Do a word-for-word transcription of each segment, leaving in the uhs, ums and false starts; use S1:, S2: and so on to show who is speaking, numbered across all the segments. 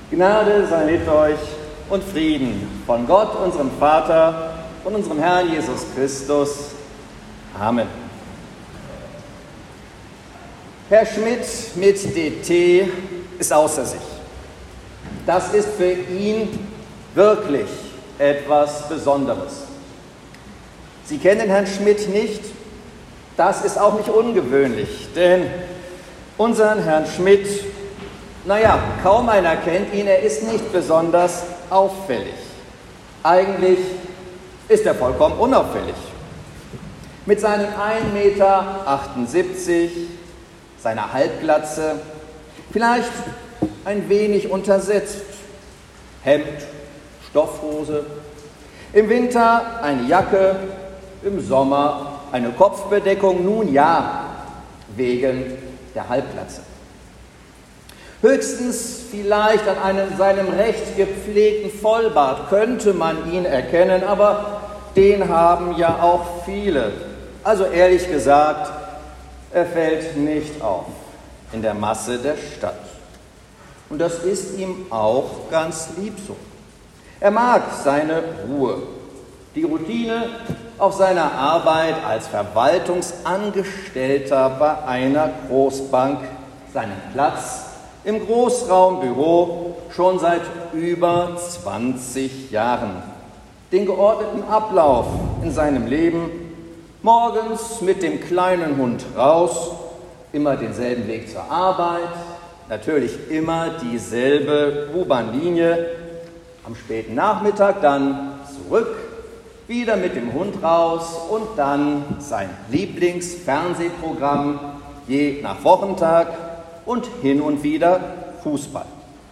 S1: Gnade sei mit euch und Frieden von Gott, unserem Vater, von unserem Herrn Jesus Christus. Amen. Herr Schmidt mit D T ist außer sich. Das ist für ihn wirklich etwas Besonderes. Sie kennen Herrn Schmidt nicht? Das ist auch nicht ungewöhnlich, denn unseren Herrn Schmidt, naja, kaum einer kennt ihn, er ist nicht besonders auffällig. Eigentlich ist er vollkommen unauffällig. Mit seinen ein Meter achtundsiebzig, seiner Halbglatze, vielleicht ein wenig untersetzt, Hemd, Stoffhose, im Winter eine Jacke, im Sommer eine Kopfbedeckung, nun ja, wegen der Halbglatze. Höchstens vielleicht an einem, seinem recht gepflegten Vollbart könnte man ihn erkennen, aber den haben ja auch viele. Also ehrlich gesagt, er fällt nicht auf in der Masse der Stadt. Und das ist ihm auch ganz lieb so. Er mag seine Ruhe, die Routine auf seiner Arbeit als Verwaltungsangestellter bei einer Großbank, seinen Platz im Großraumbüro schon seit über zwanzig Jahren, den geordneten Ablauf in seinem Leben, morgens mit dem kleinen Hund raus, immer denselben Weg zur Arbeit, natürlich immer dieselbe U-Bahn-Linie, am späten Nachmittag dann zurück, wieder mit dem Hund raus und dann sein Lieblingsfernsehprogramm je nach Wochentag und hin und wieder Fußball.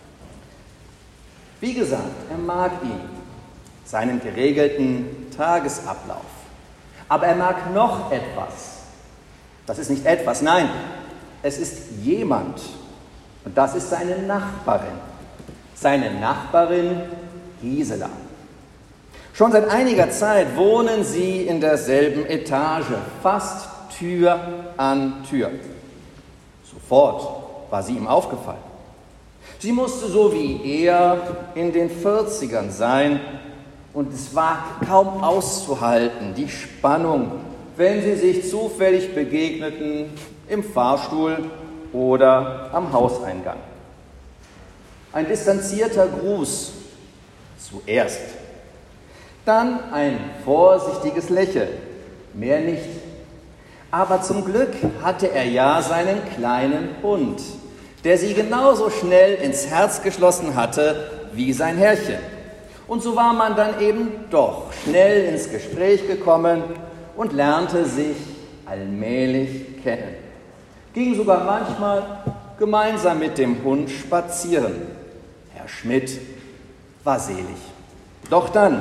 S1: Wie gesagt, er mag ihn, seinen geregelten Tagesablauf. Aber er mag noch etwas. Das ist nicht etwas, nein, es ist jemand. Und das ist seine Nachbarin. Seine Nachbarin Gisela. Schon seit einiger Zeit wohnen sie in derselben Etage, fast Tür an Tür. Sofort war sie ihm aufgefallen. Sie musste so wie er in den vierzigern sein und es war kaum auszuhalten, die Spannung, wenn sie sich zufällig begegneten im Fahrstuhl oder am Hauseingang. Ein distanzierter Gruß zuerst, dann ein vorsichtiges Lächeln, mehr nicht. Aber zum Glück hatte er ja seinen kleinen Hund, der sie genauso schnell ins Herz geschlossen hatte wie sein Herrchen. Und so war man dann eben doch schnell ins Gespräch gekommen und lernte sich allmählich kennen. Ging sogar manchmal gemeinsam mit dem Hund spazieren. Herr Schmidt war selig. Doch dann,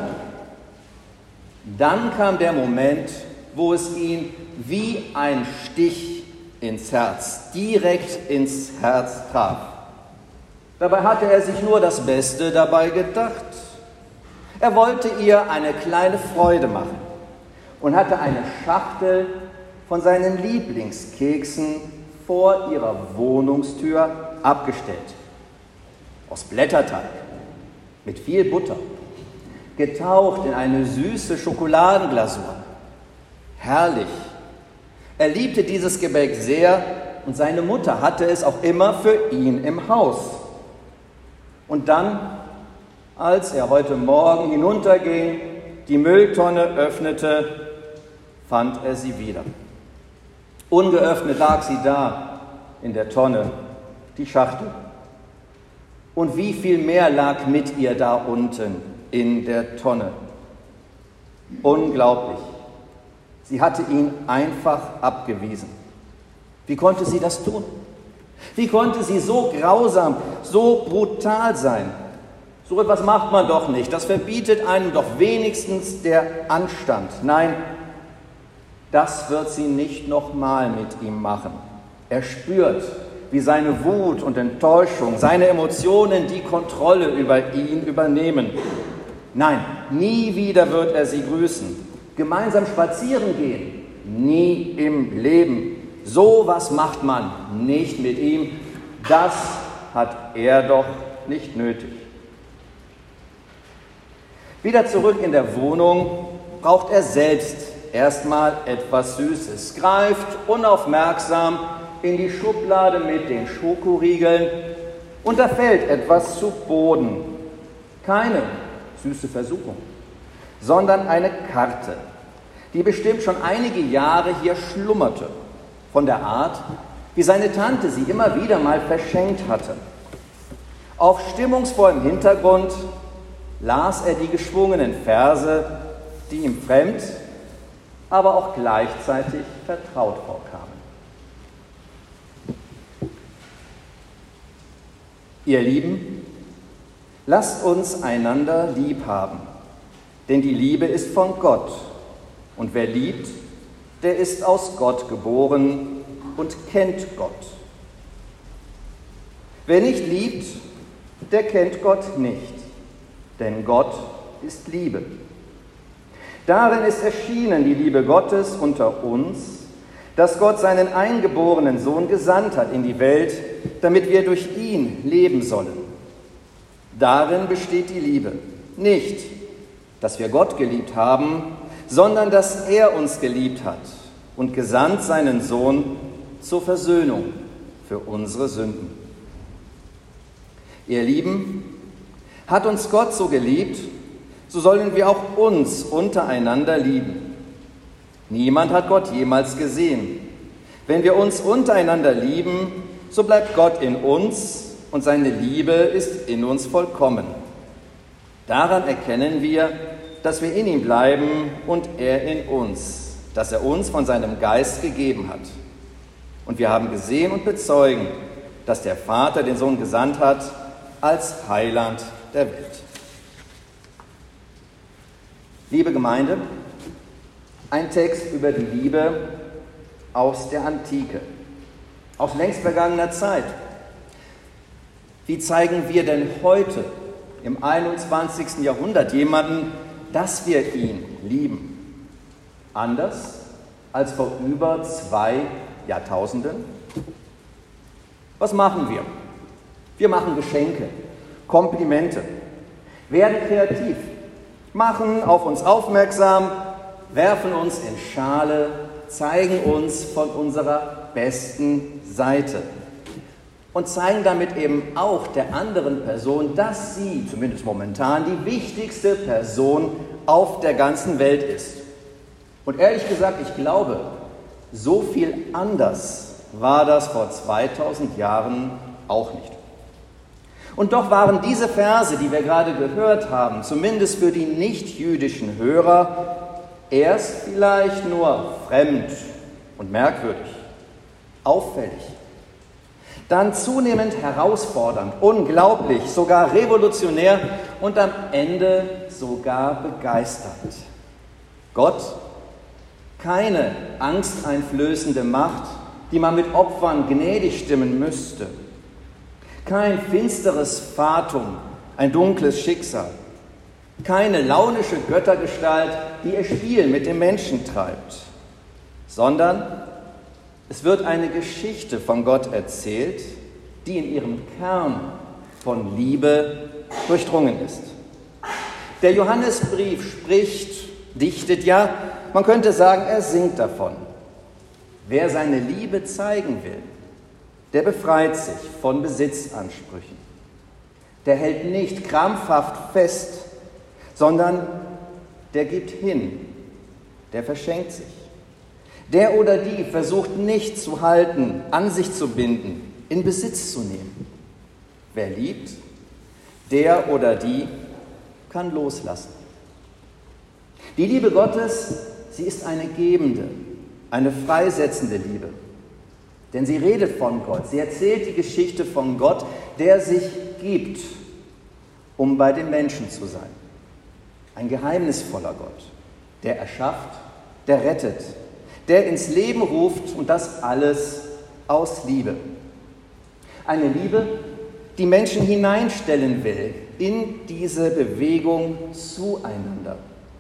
S1: dann kam der Moment, wo es ihn wie ein Stich ins Herz, direkt ins Herz traf. Dabei hatte er sich nur das Beste dabei gedacht. Er wollte ihr eine kleine Freude machen und hatte eine Schachtel von seinen Lieblingskeksen vor ihrer Wohnungstür abgestellt. Aus Blätterteig, mit viel Butter, getaucht in eine süße Schokoladenglasur. Herrlich. Er liebte dieses Gebäck sehr und seine Mutter hatte es auch immer für ihn im Haus. Und dann, als er heute Morgen hinunterging, die Mülltonne öffnete, fand er sie wieder. Ungeöffnet lag sie da in der Tonne, die Schachtel. Und wie viel mehr lag mit ihr da unten in der Tonne? Unglaublich. Sie hatte ihn einfach abgewiesen. Wie konnte sie das tun? Wie konnte sie so grausam, so brutal sein? So etwas macht man doch nicht. Das verbietet einem doch wenigstens der Anstand. Nein, das wird sie nicht nochmal mit ihm machen. Er spürt, wie seine Wut und Enttäuschung, seine Emotionen die Kontrolle über ihn übernehmen. Nein, nie wieder wird er sie grüßen. Gemeinsam spazieren gehen, nie im Leben. So was macht man nicht mit ihm. Das hat er doch nicht nötig. Wieder zurück in der Wohnung braucht er selbst erstmal etwas Süßes, greift unaufmerksam in die Schublade mit den Schokoriegeln und da fällt etwas zu Boden. Keine süße Versuchung, sondern eine Karte, die bestimmt schon einige Jahre hier schlummerte, von der Art, wie seine Tante sie immer wieder mal verschenkt hatte. Auf stimmungsvollem Hintergrund las er die geschwungenen Verse, die ihm fremd, aber auch gleichzeitig vertraut vorkamen. Ihr Lieben, lasst uns einander lieb haben, denn die Liebe ist von Gott. Und wer liebt, der ist aus Gott geboren und kennt Gott. Wer nicht liebt, der kennt Gott nicht, denn Gott ist Liebe. Darin ist erschienen die Liebe Gottes unter uns, dass Gott seinen eingeborenen Sohn gesandt hat in die Welt, damit wir durch ihn leben sollen. Darin besteht die Liebe, nicht, dass wir Gott geliebt haben, sondern dass er uns geliebt hat und gesandt seinen Sohn zur Versöhnung für unsere Sünden. Ihr Lieben, hat uns Gott so geliebt, so sollen wir auch uns untereinander lieben. Niemand hat Gott jemals gesehen. Wenn wir uns untereinander lieben, so bleibt Gott in uns und seine Liebe ist in uns vollkommen. Daran erkennen wir, dass wir in ihm bleiben und er in uns, dass er uns von seinem Geist gegeben hat. Und wir haben gesehen und bezeugen, dass der Vater den Sohn gesandt hat als Heiland der Welt. Liebe Gemeinde, ein Text über die Liebe aus der Antike, aus längst vergangener Zeit. Wie zeigen wir denn heute im einundzwanzigsten Jahrhundert jemanden, dass wir ihn lieben? Anders als vor über zwei Jahrtausenden? Was machen wir? Wir machen Geschenke, Komplimente, werden kreativ, machen auf uns aufmerksam, werfen uns in Schale, zeigen uns von unserer besten Seite und zeigen damit eben auch der anderen Person, dass sie, zumindest momentan, die wichtigste Person auf der ganzen Welt ist. Und ehrlich gesagt, ich glaube, so viel anders war das vor zweitausend Jahren auch nicht. Und doch waren diese Verse, die wir gerade gehört haben, zumindest für die nichtjüdischen Hörer, erst vielleicht nur fremd und merkwürdig, auffällig, dann zunehmend herausfordernd, unglaublich, sogar revolutionär und am Ende sogar begeisternd. Gott, keine angsteinflößende Macht, die man mit Opfern gnädig stimmen müsste. Kein finsteres Fatum, ein dunkles Schicksal. Keine launische Göttergestalt, die ihr Spiel mit dem Menschen treibt. Sondern es wird eine Geschichte von Gott erzählt, die in ihrem Kern von Liebe durchdrungen ist. Der Johannesbrief spricht, dichtet ja, man könnte sagen, er singt davon. Wer seine Liebe zeigen will, der befreit sich von Besitzansprüchen. Der hält nicht krampfhaft fest, sondern der gibt hin, der verschenkt sich. Der oder die versucht nicht zu halten, an sich zu binden, in Besitz zu nehmen. Wer liebt, der oder die kann loslassen. Die Liebe Gottes, sie ist eine gebende, eine freisetzende Liebe. Denn sie redet von Gott, sie erzählt die Geschichte von Gott, der sich gibt, um bei den Menschen zu sein. Ein geheimnisvoller Gott, der erschafft, der rettet, der ins Leben ruft und das alles aus Liebe. Eine Liebe, die Menschen hineinstellen will in diese Bewegung zueinander.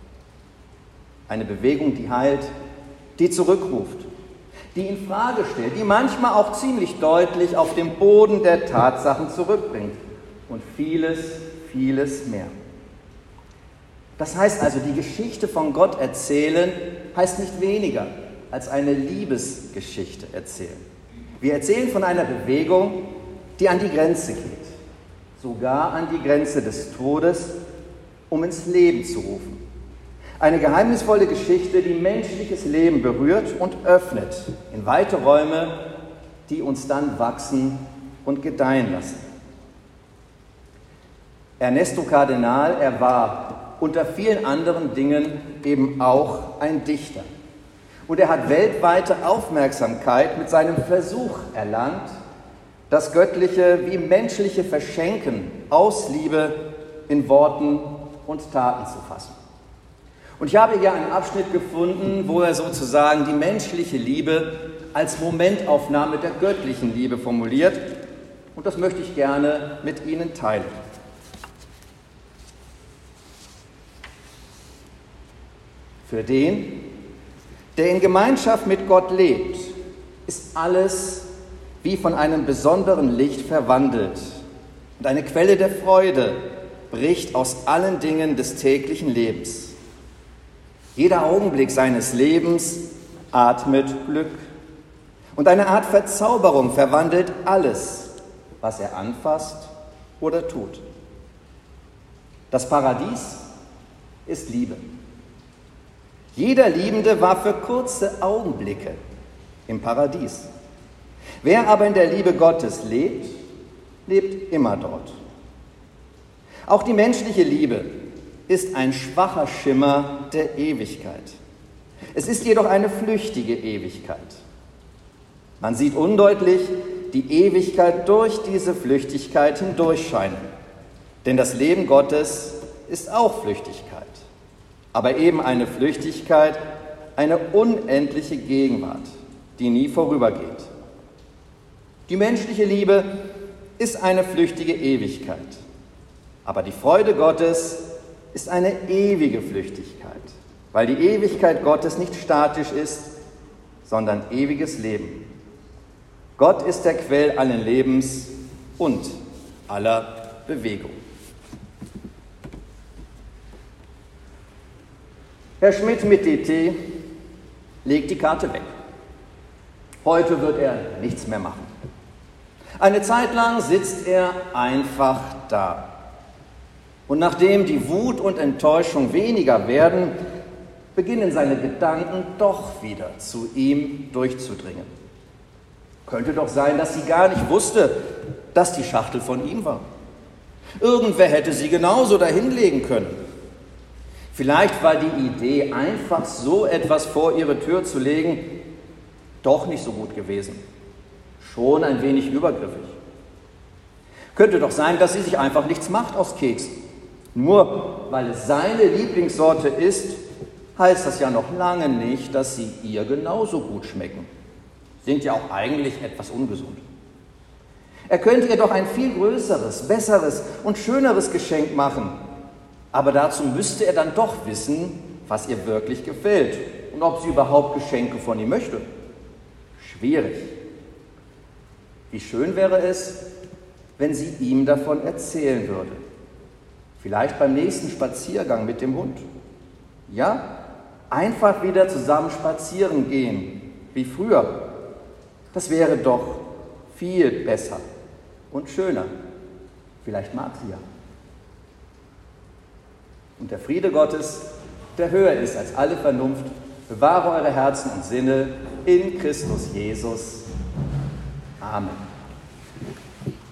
S1: Eine Bewegung, die heilt, die zurückruft, die in Frage stellt, die manchmal auch ziemlich deutlich auf den Boden der Tatsachen zurückbringt. und vieles, vieles mehr. Das heißt also, die Geschichte von Gott erzählen heißt nicht weniger als eine Liebesgeschichte erzählen. Wir erzählen von einer Bewegung, die an die Grenze geht, sogar an die Grenze des Todes, um ins Leben zu rufen. Eine geheimnisvolle Geschichte, die menschliches Leben berührt und öffnet in weite Räume, die uns dann wachsen und gedeihen lassen. Ernesto Cardenal, er war unter vielen anderen Dingen eben auch ein Dichter. Und er hat weltweite Aufmerksamkeit mit seinem Versuch erlangt, das göttliche wie menschliche Verschenken aus Liebe in Worten und Taten zu fassen. Und ich habe hier einen Abschnitt gefunden, wo er sozusagen die menschliche Liebe als Momentaufnahme der göttlichen Liebe formuliert. Und das möchte ich gerne mit Ihnen teilen. Für den, der in Gemeinschaft mit Gott lebt, ist alles wie von einem besonderen Licht verwandelt. Und eine Quelle der Freude bricht aus allen Dingen des täglichen Lebens. Jeder Augenblick seines Lebens atmet Glück. Und eine Art Verzauberung verwandelt alles, was er anfasst oder tut. Das Paradies ist Liebe. Jeder Liebende war für kurze Augenblicke im Paradies. Wer aber in der Liebe Gottes lebt, lebt immer dort. Auch die menschliche Liebe ist ein schwacher Schimmer der Ewigkeit. Es ist jedoch eine flüchtige Ewigkeit. Man sieht undeutlich die Ewigkeit durch diese Flüchtigkeit hindurchscheinen. Denn das Leben Gottes ist auch Flüchtigkeit. Aber eben eine Flüchtigkeit, eine unendliche Gegenwart, die nie vorübergeht. Die menschliche Liebe ist eine flüchtige Ewigkeit. Aber die Freude Gottes ist eine ewige Flüchtigkeit, weil die Ewigkeit Gottes nicht statisch ist, sondern ewiges Leben. Gott ist der Quell allen Lebens und aller Bewegung. Herr Schmidt mit D T legt die Karte weg. Heute wird er nichts mehr machen. Eine Zeit lang sitzt er einfach da. Und nachdem die Wut und Enttäuschung weniger werden, beginnen seine Gedanken doch wieder zu ihm durchzudringen. Könnte doch sein, dass sie gar nicht wusste, dass die Schachtel von ihm war. Irgendwer hätte sie genauso dahinlegen können. Vielleicht war die Idee, einfach so etwas vor ihre Tür zu legen, doch nicht so gut gewesen. Schon ein wenig übergriffig. Könnte doch sein, dass sie sich einfach nichts macht aus Keksen. Nur weil es seine Lieblingssorte ist, heißt das ja noch lange nicht, dass sie ihr genauso gut schmecken. Sind ja auch eigentlich etwas ungesund. Er könnte ihr doch ein viel größeres, besseres und schöneres Geschenk machen. Aber dazu müsste er dann doch wissen, was ihr wirklich gefällt und ob sie überhaupt Geschenke von ihm möchte. Schwierig. Wie schön wäre es, wenn sie ihm davon erzählen würde. Vielleicht beim nächsten Spaziergang mit dem Hund. Ja, einfach wieder zusammen spazieren gehen, wie früher. Das wäre doch viel besser und schöner. Vielleicht mag sie ja. Und der Friede Gottes, der höher ist als alle Vernunft, bewahre eure Herzen und Sinne in Christus Jesus. Amen.